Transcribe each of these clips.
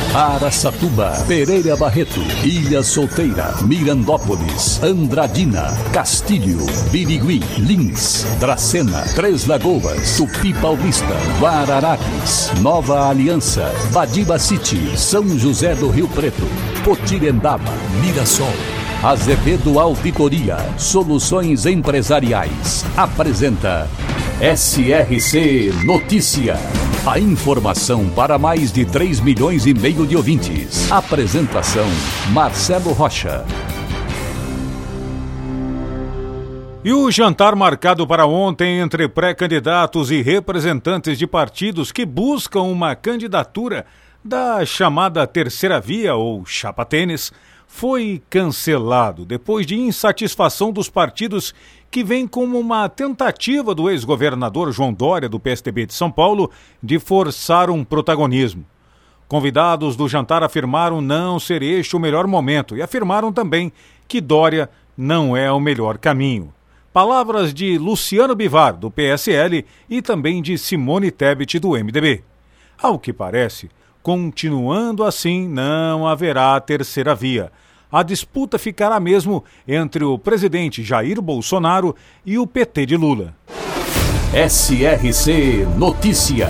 Araçatuba, Pereira Barreto, Ilha Solteira, Mirandópolis, Andradina, Castilho, Birigui, Lins, Dracena, Três Lagoas, Tupi Paulista, Guararapes, Nova Aliança, Badiba City, São José do Rio Preto, Potirendaba, Mirassol. Azevedo Auditoria Soluções Empresariais apresenta SRC Notícia. A informação para mais de 3,5 milhões de ouvintes. Apresentação Marcelo Rocha. E o jantar marcado para ontem entre pré-candidatos e representantes de partidos que buscam uma candidatura da chamada terceira via ou chapa tênis foi cancelado depois de insatisfação dos partidos que vem como uma tentativa do ex-governador João Dória, do PSDB de São Paulo, de forçar um protagonismo. Convidados do jantar afirmaram não ser este o melhor momento e afirmaram também que Dória não é o melhor caminho. Palavras de Luciano Bivar, do PSL, e também de Simone Tebet, do MDB. Ao que parece, continuando assim, não haverá terceira via. A disputa ficará mesmo entre o presidente Jair Bolsonaro e o PT de Lula. SRC Notícia.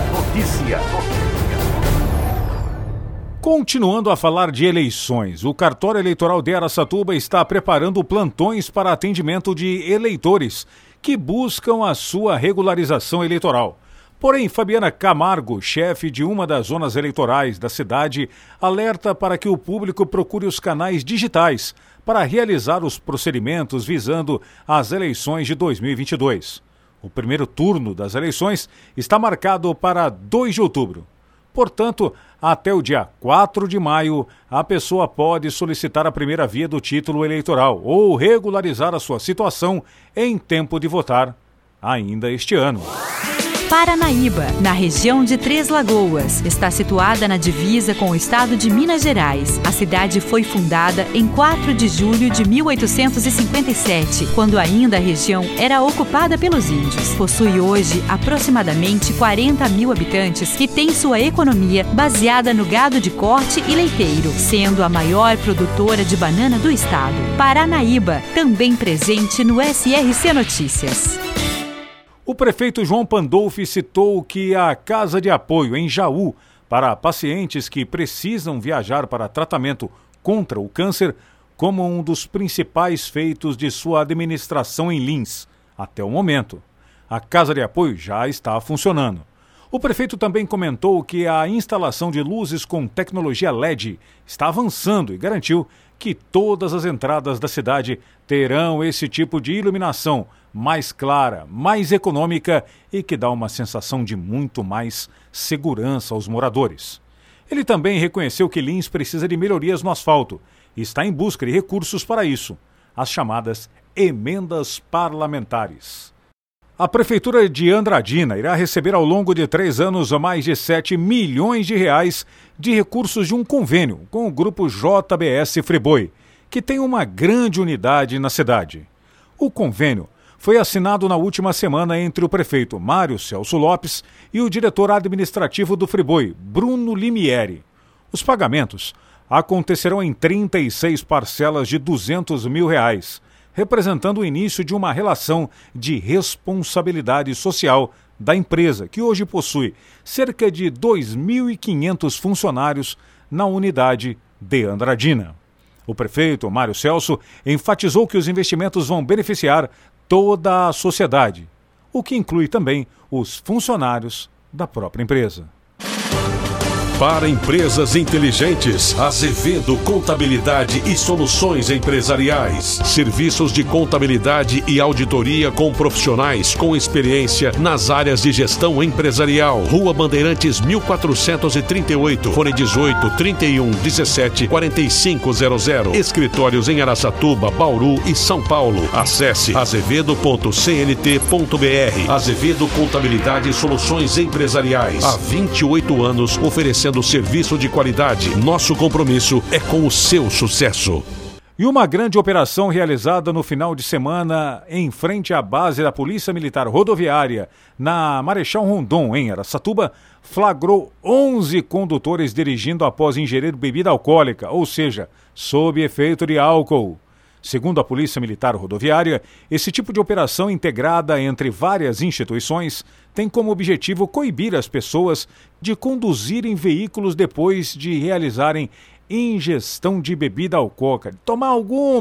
Continuando a falar de eleições, o cartório eleitoral de Araçatuba está preparando plantões para atendimento de eleitores que buscam a sua regularização eleitoral. Porém, Fabiana Camargo, chefe de uma das zonas eleitorais da cidade, alerta para que o público procure os canais digitais para realizar os procedimentos visando as eleições de 2022. O primeiro turno das eleições está marcado para 2 de outubro. Portanto, até o dia 4 de maio, a pessoa pode solicitar a primeira via do título eleitoral ou regularizar a sua situação em tempo de votar ainda este ano. Paranaíba, na região de Três Lagoas, está situada na divisa com o estado de Minas Gerais. A cidade foi fundada em 4 de julho de 1857, quando ainda a região era ocupada pelos índios. Possui hoje aproximadamente 40 mil habitantes que tem sua economia baseada no gado de corte e leiteiro, sendo a maior produtora de banana do estado. Paranaíba, também presente no SRC Notícias. O prefeito João Pandolfi citou que a Casa de Apoio em Jaú para pacientes que precisam viajar para tratamento contra o câncer como um dos principais feitos de sua administração em Lins. Até o momento, a Casa de Apoio já está funcionando. O prefeito também comentou que a instalação de luzes com tecnologia LED está avançando e garantiu que todas as entradas da cidade terão esse tipo de iluminação mais clara, mais econômica e que dá uma sensação de muito mais segurança aos moradores. Ele também reconheceu que Lins precisa de melhorias no asfalto e está em busca de recursos para isso, as chamadas emendas parlamentares. A Prefeitura de Andradina irá receber ao longo de 3 anos mais de 7 milhões de reais de recursos de um convênio com o grupo JBS Friboi, que tem uma grande unidade na cidade. O convênio foi assinado na última semana entre o prefeito Mário Celso Lopes e o diretor administrativo do Friboi, Bruno Limieri. Os pagamentos acontecerão em 36 parcelas de R$200 mil, representando o início de uma relação de responsabilidade social da empresa, que hoje possui cerca de 2.500 funcionários na unidade de Andradina. O prefeito Mário Celso enfatizou que os investimentos vão beneficiar toda a sociedade, o que inclui também os funcionários da própria empresa. Para empresas inteligentes, Azevedo Contabilidade e Soluções Empresariais. Serviços de contabilidade e auditoria com profissionais com experiência nas áreas de gestão empresarial. Rua Bandeirantes 1438, fone 18 31 17 4500. Escritórios em Araçatuba, Bauru e São Paulo. Acesse azevedo.cnt.br. Azevedo Contabilidade e Soluções Empresariais. Há 28 anos oferecendo serviço de qualidade. Nosso compromisso é com o seu sucesso. E uma grande operação realizada no final de semana em frente à base da Polícia Militar Rodoviária, na Marechal Rondon, em Araçatuba, flagrou 11 condutores dirigindo após ingerir bebida alcoólica, ou seja, sob efeito de álcool. Segundo a Polícia Militar Rodoviária, esse tipo de operação integrada entre várias instituições tem como objetivo coibir as pessoas de conduzirem veículos depois de realizarem ingestão de bebida alcoólica. Tomar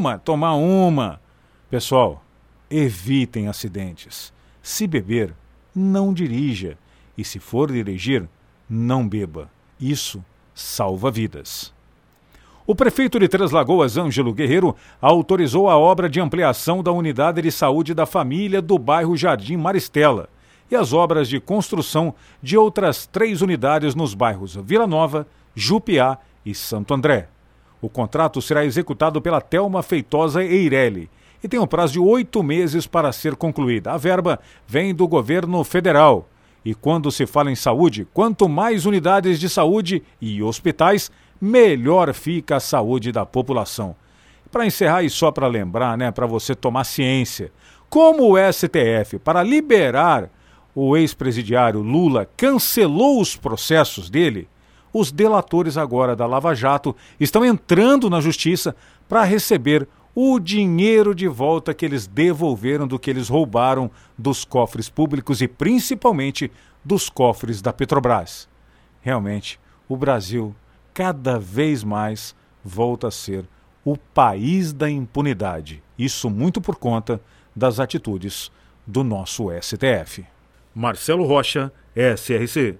uma. Pessoal, evitem acidentes. Se beber, não dirija. E se for dirigir, não beba. Isso salva vidas. O prefeito de Três Lagoas, Ângelo Guerreiro, autorizou a obra de ampliação da unidade de saúde da família do bairro Jardim Maristela e as obras de construção de outras 3 unidades nos bairros Vila Nova, Jupiá e Santo André. O contrato será executado pela Thelma Feitosa Eireli e tem um prazo de 8 meses para ser concluída. A verba vem do governo federal. E quando se fala em saúde, quanto mais unidades de saúde e hospitais, melhor fica a saúde da população. Para encerrar e só para lembrar, para você tomar ciência, como o STF, para liberar o ex-presidiário Lula, cancelou os processos dele, os delatores agora da Lava Jato estão entrando na justiça para receber o dinheiro de volta que eles devolveram do que eles roubaram dos cofres públicos e principalmente dos cofres da Petrobras. Realmente, o Brasil cada vez mais volta a ser o país da impunidade. Isso muito por conta das atitudes do nosso STF. Marcelo Rocha, SRC.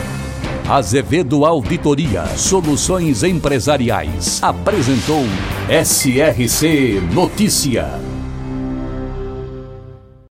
Azevedo Auditoria Soluções Empresariais apresentou SRC Notícia.